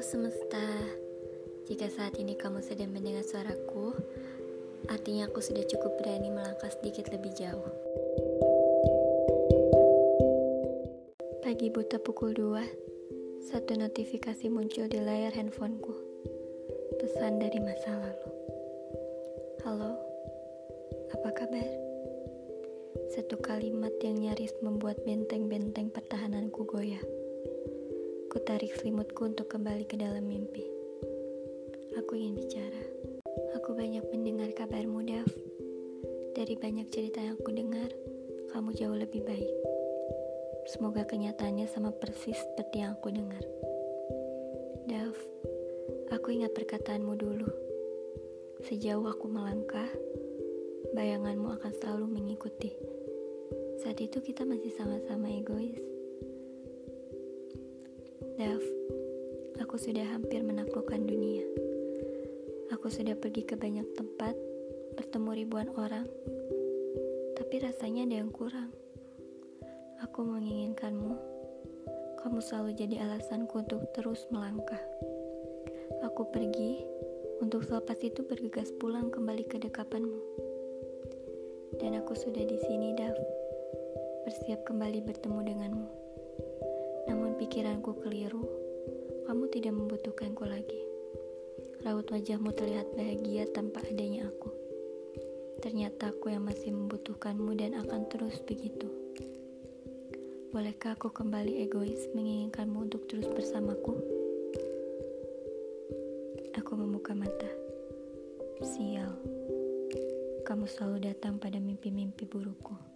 semesta, jika saat ini kamu sedang mendengar suaraku, artinya aku sudah cukup berani melangkah sedikit lebih jauh. Pagi buta pukul 2, satu notifikasi muncul di layar handphoneku. Pesan dari masa lalu. Halo, apa kabar? Satu kalimat yang nyaris membuat benteng-benteng pertahananku goyah. Ku tarik selimutku untuk kembali ke dalam mimpi. Aku ingin bicara. Aku banyak mendengar kabarmu, Dav. Dari banyak cerita yang aku dengar, kamu jauh lebih baik. Semoga kenyataannya sama persis seperti yang aku dengar. Dav, aku ingat perkataanmu dulu. Sejauh aku melangkah, bayanganmu akan selalu mengikuti. Saat itu kita masih sama-sama egois. Dav, aku sudah hampir menaklukkan dunia. Aku sudah pergi ke banyak tempat, bertemu ribuan orang, tapi rasanya ada yang kurang. Aku menginginkanmu, kamu selalu jadi alasanku untuk terus melangkah. Aku pergi, untuk selepas itu bergegas pulang kembali ke dekapanmu. Dan aku sudah di sini, Dav, bersiap kembali bertemu denganmu. Namun pikiranku keliru, kamu tidak membutuhkanku lagi. Raut wajahmu terlihat bahagia tanpa adanya aku. Ternyata aku yang masih membutuhkanmu dan akan terus begitu. Bolehkah aku kembali egois menginginkanmu untuk terus bersamaku? Aku membuka mata. Sial, kamu selalu datang pada mimpi-mimpi burukku.